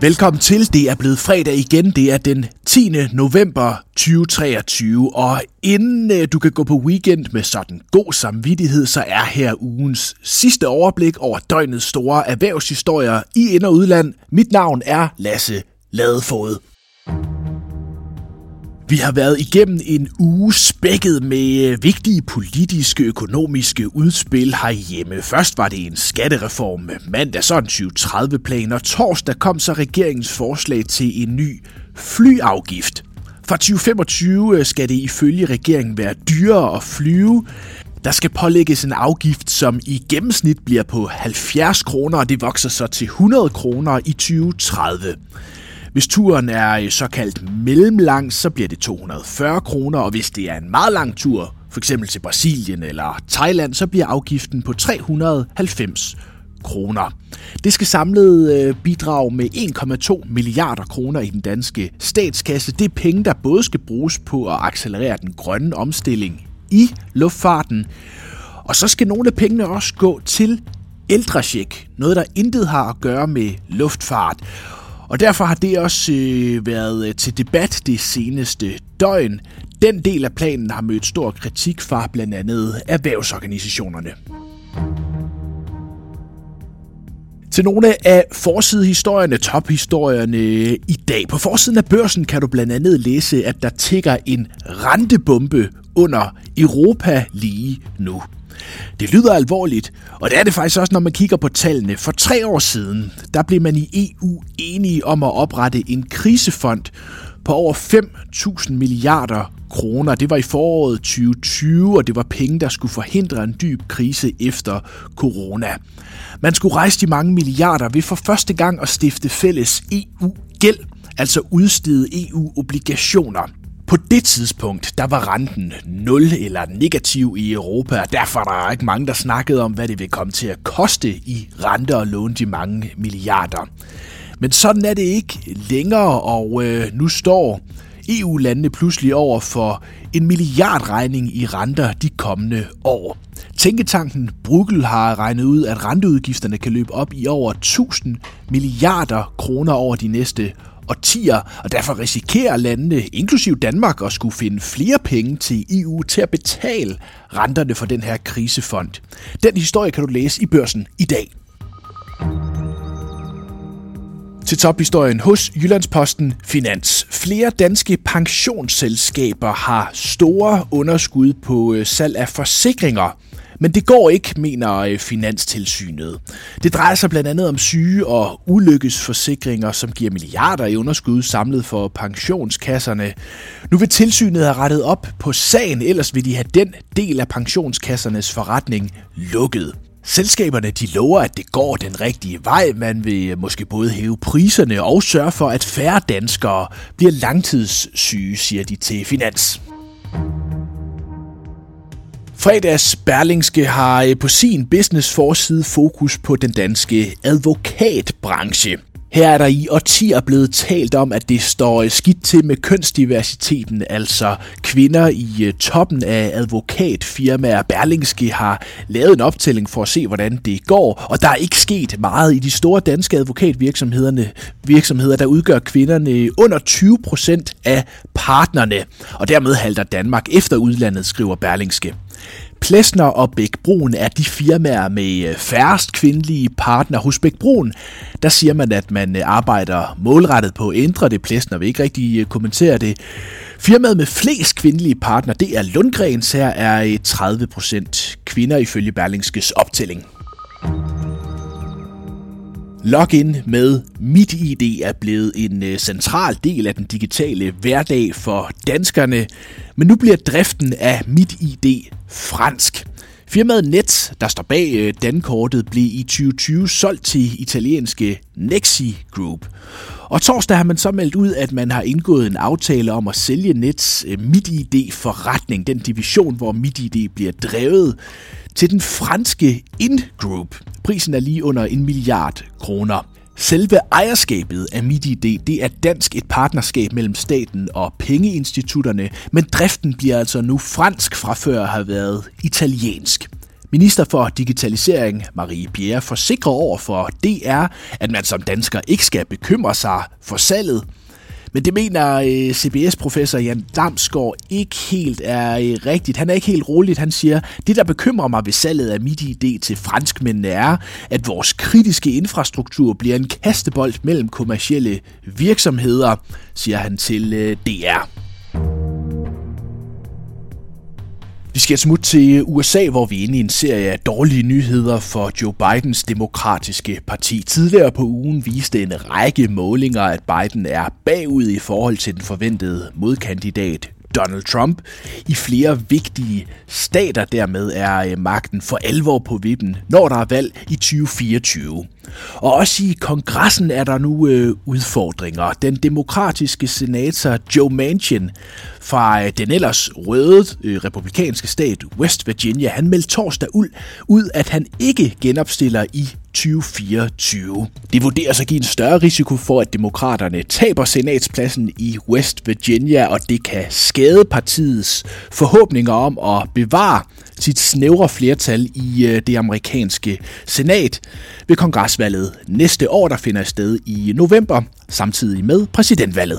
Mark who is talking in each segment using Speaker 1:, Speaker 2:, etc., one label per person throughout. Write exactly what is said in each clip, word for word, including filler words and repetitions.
Speaker 1: Velkommen til. Det er blevet fredag igen. Det er den tiende november tyve treogtyve, og inden du kan gå på weekend med sådan god samvittighed, så er her ugens sidste overblik over døgnets store erhvervshistorier i ind- og udland. Mit navn er Lasse Ladefoged. Vi har været igennem en uge spækket med vigtige politiske, økonomiske udspil herhjemme. Først var det en skattereform, mandag så en tyve tredive-plan, og torsdag kom så regeringens forslag til en ny flyafgift. Fra tyve femogtyve skal det ifølge regeringen være dyrere at flyve. Der skal pålægges en afgift, som i gennemsnit bliver på halvfjerds kroner, og det vokser så til hundrede kroner i tyve tredive. Hvis turen er såkaldt mellemlang, så bliver det to hundrede og fyrre kroner, og hvis det er en meget lang tur, f.eks. til Brasilien eller Thailand, så bliver afgiften på tre hundrede og halvfems kroner. Det skal samlet bidrage med en komma to milliarder kroner i den danske statskasse. Det er penge, der både skal bruges på at accelerere den grønne omstilling i luftfarten, og så skal nogle af pengene også gå til ældrecheck, noget der intet har at gøre med luftfart. Og derfor har det også øh, været til debat det seneste døgn. Den del af planen har mødt stor kritik fra blandt andet erhvervsorganisationerne. Til nogle af forsidehistorierne, tophistorierne i dag. På forsiden af Børsen kan du blandt andet læse, at der tikker en rentebombe under Europa lige nu. Det lyder alvorligt, og det er det faktisk også, når man kigger på tallene. For tre år siden, der blev man i E U enige om at oprette en krisefond på over fem tusind milliarder kroner. Det var i foråret tyve tyve, og det var penge, der skulle forhindre en dyb krise efter corona. Man skulle rejse de mange milliarder ved for første gang at stifte fælles E U-gæld, altså udstede E U-obligationer. På det tidspunkt, der var renten nul eller negativ i Europa, og derfor er der ikke mange, der snakkede om, hvad det vil komme til at koste i renter og låne de mange milliarder. Men sådan er det ikke længere, og øh, nu står E U-landene pludselig over for en milliardregning i renter de kommende år. Tænketanken Bruegel har regnet ud, at renteudgifterne kan løbe op i over tusind milliarder kroner over de næste årtier, og derfor risikerer landene, inklusive Danmark, at skulle finde flere penge til E U til at betale renterne for den her krisefond. Den historie kan du læse i Børsen i dag. Til tophistorien hos Jyllandsposten Finans. Flere danske pensionsselskaber har store underskud på salg af forsikringer. Men det går ikke, mener Finanstilsynet. Det drejer sig blandt andet om syge- og ulykkesforsikringer, som giver milliarder i underskud samlet for pensionskasserne. Nu vil tilsynet have rettet op på sagen, ellers vil de have den del af pensionskassernes forretning lukket. Selskaberne de lover, at det går den rigtige vej. Man vil måske både hæve priserne og sørge for, at færre danskere bliver langtidssyge, siger de til Finans. Fredags Berlingske har på sin business-forside fokus på den danske advokatbranche. Her er der i årtier blevet talt om, at det står skidt til med kønsdiversiteten, altså kvinder i toppen af advokatfirmaer. Berlingske har lavet en optælling for at se, hvordan det går, og der er ikke sket meget i de store danske advokatvirksomhederne, virksomheder, der udgør kvinderne under tyve procent af partnerne, og dermed halter Danmark efter udlandet, skriver Berlingske. Plesner og Bech-Bruun er de firmaer med færrest kvindelige partner. Hos Bech-Bruun, der siger man, at man arbejder målrettet på at ændre det. Plesner vil ikke rigtig kommentere det. Firmaet med flest kvindelige partner, det er Lundgrens. Her er tredive procent kvinder ifølge Berlingskes optælling. Login med MitID er blevet en central del af den digitale hverdag for danskerne, men nu bliver driften af MitID fransk. Firmaet Net, der står bag dankortet, blev i tyve tyve solgt til italienske Nexi Group. Og torsdag har man så meldt ud, at man har indgået en aftale om at sælge Nets MitID-forretning, den division, hvor MitID bliver drevet, til den franske Ingroup. Prisen er lige under en milliard kroner. Selve ejerskabet af MitID, det er dansk, et partnerskab mellem staten og pengeinstitutterne, men driften bliver altså nu fransk fra før at have været italiensk. Minister for Digitalisering Marie Bjerre forsikrer over for D R, at man som dansker ikke skal bekymre sig for salget. Men det mener C B S-professor Jan Damsgaard ikke helt er rigtigt. Han er ikke helt roligt. Han siger, det der bekymrer mig ved salget af MitID til franskmændene er, at vores kritiske infrastruktur bliver en kastebold mellem kommercielle virksomheder, siger han til D R. Vi skal smutte til U S A, hvor vi er inde i en serie af dårlige nyheder for Joe Bidens demokratiske parti. Tidligere på ugen viste en række målinger, at Biden er bagud i forhold til den forventede modkandidat Donald Trump. I flere vigtige stater dermed er magten for alvor på vippen, når der er valg i tyve fireogtyve. Og også i kongressen er der nu øh, udfordringer. Den demokratiske senator Joe Manchin fra øh, den ellers røde øh, republikanske stat West Virginia, han meldte torsdag ud, at han ikke genopstiller i tyve fireogtyve. Det vurderes at give en større risiko for, at demokraterne taber senatspladsen i West Virginia, og det kan skade partiets forhåbninger om at bevare sit snævre flertal i det amerikanske senat ved kongresvalget næste år, der finder sted i november, samtidig med præsidentvalget.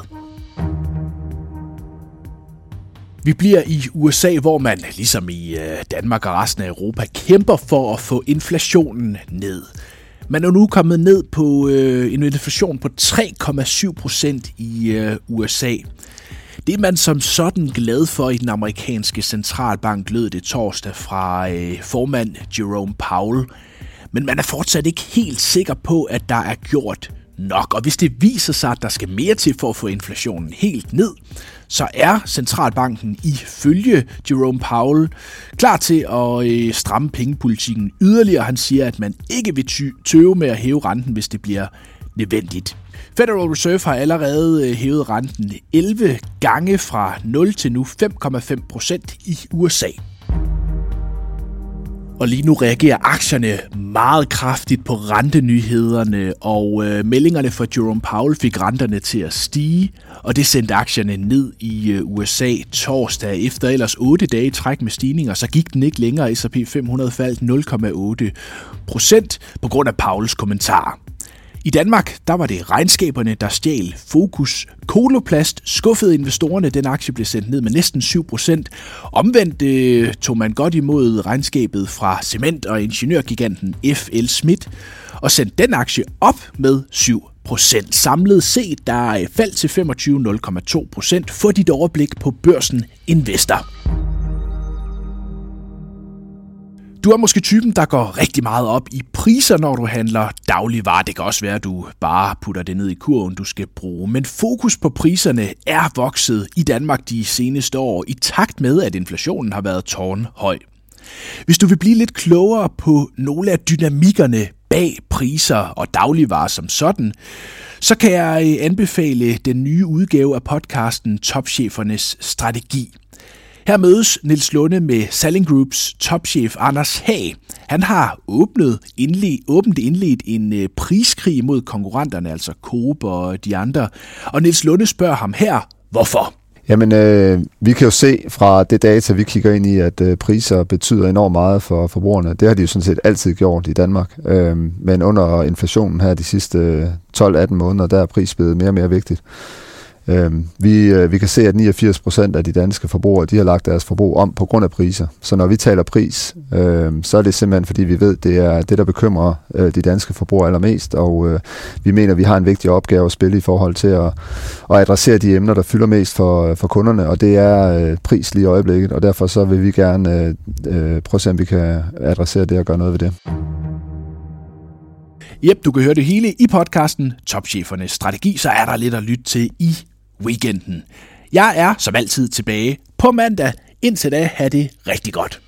Speaker 1: Vi bliver i U S A, hvor man, ligesom i Danmark og resten af Europa, kæmper for at få inflationen ned. Man er nu kommet ned på øh, en inflation på tre komma syv procent i øh, U S A. Det er man som sådan glad for i den amerikanske centralbank, lød det torsdag fra øh, formand Jerome Powell. Men man er fortsat ikke helt sikker på, at der er gjort nok. Og hvis det viser sig, at der skal mere til for at få inflationen helt ned, så er centralbanken ifølge Jerome Powell klar til at øh, stramme pengepolitikken yderligere. Han siger, at man ikke vil tøve med at hæve renten, hvis det bliver nødvendigt. Federal Reserve har allerede hævet renten elleve gange fra nul til nu fem komma fem procent i U S A. Og lige nu reagerer aktierne meget kraftigt på rentenyhederne, og øh, meldingerne fra Jerome Powell fik renterne til at stige, og det sendte aktierne ned i øh, U S A torsdag. Efter ellers otte dage træk med stigninger, så gik den ikke længere. S og P fem hundrede faldt nul komma otte procent på grund af Powells kommentarer. I Danmark, der var det regnskaberne, der stjal fokus. Coloplast skuffede investorerne, den aktie blev sendt ned med næsten syv procent. Omvendt øh, tog man godt imod regnskabet fra cement- og ingeniørgiganten F L Schmidt og sendte den aktie op med syv procent. Samlet set, der faldt til femogtyve nul komma to procent. Få dit overblik på Børsen Investor. Du er måske typen, der går rigtig meget op i priser, når du handler dagligvarer. Det kan også være, at du bare putter det ned i kurven, du skal bruge. Men fokus på priserne er vokset i Danmark de seneste år, i takt med, at inflationen har været tårnhøj. Hvis du vil blive lidt klogere på nogle af dynamikkerne bag priser og dagligvarer som sådan, så kan jeg anbefale den nye udgave af podcasten Topchefernes Strategi. Her mødes Niels Lunde med Salling Groups topchef Anders Hag. Han har åbnet indled, åbent indledt en priskrig mod konkurrenterne, altså Coop og de andre. Og Niels Lunde spørger ham her, hvorfor?
Speaker 2: Jamen, øh, vi kan jo se fra det data, vi kigger ind i, at øh, priser betyder enormt meget for forbrugerne. Det har de jo sådan set altid gjort i Danmark. Øh, men under inflationen her de sidste tolv atten måneder, der er pris blevet mere og mere vigtigt. Vi, vi kan se, at niogfirs procent af de danske forbrugere, de har lagt deres forbrug om på grund af priser. Så når vi taler pris, øh, så er det simpelthen, fordi vi ved, det er det, der bekymrer øh, de danske forbrugere allermest, og øh, vi mener, at vi har en vigtig opgave at spille i forhold til at, at adressere de emner, der fylder mest for, for kunderne, og det er øh, pris lige i øjeblikket, og derfor så vil vi gerne øh, prøve at se, om vi kan adressere det og gøre noget ved det.
Speaker 1: Jep, du kan høre det hele i podcasten Topchefernes Strategi, så er der lidt at lytte til i weekenden. Jeg er som altid tilbage på mandag. Indtil da, have det rigtig godt.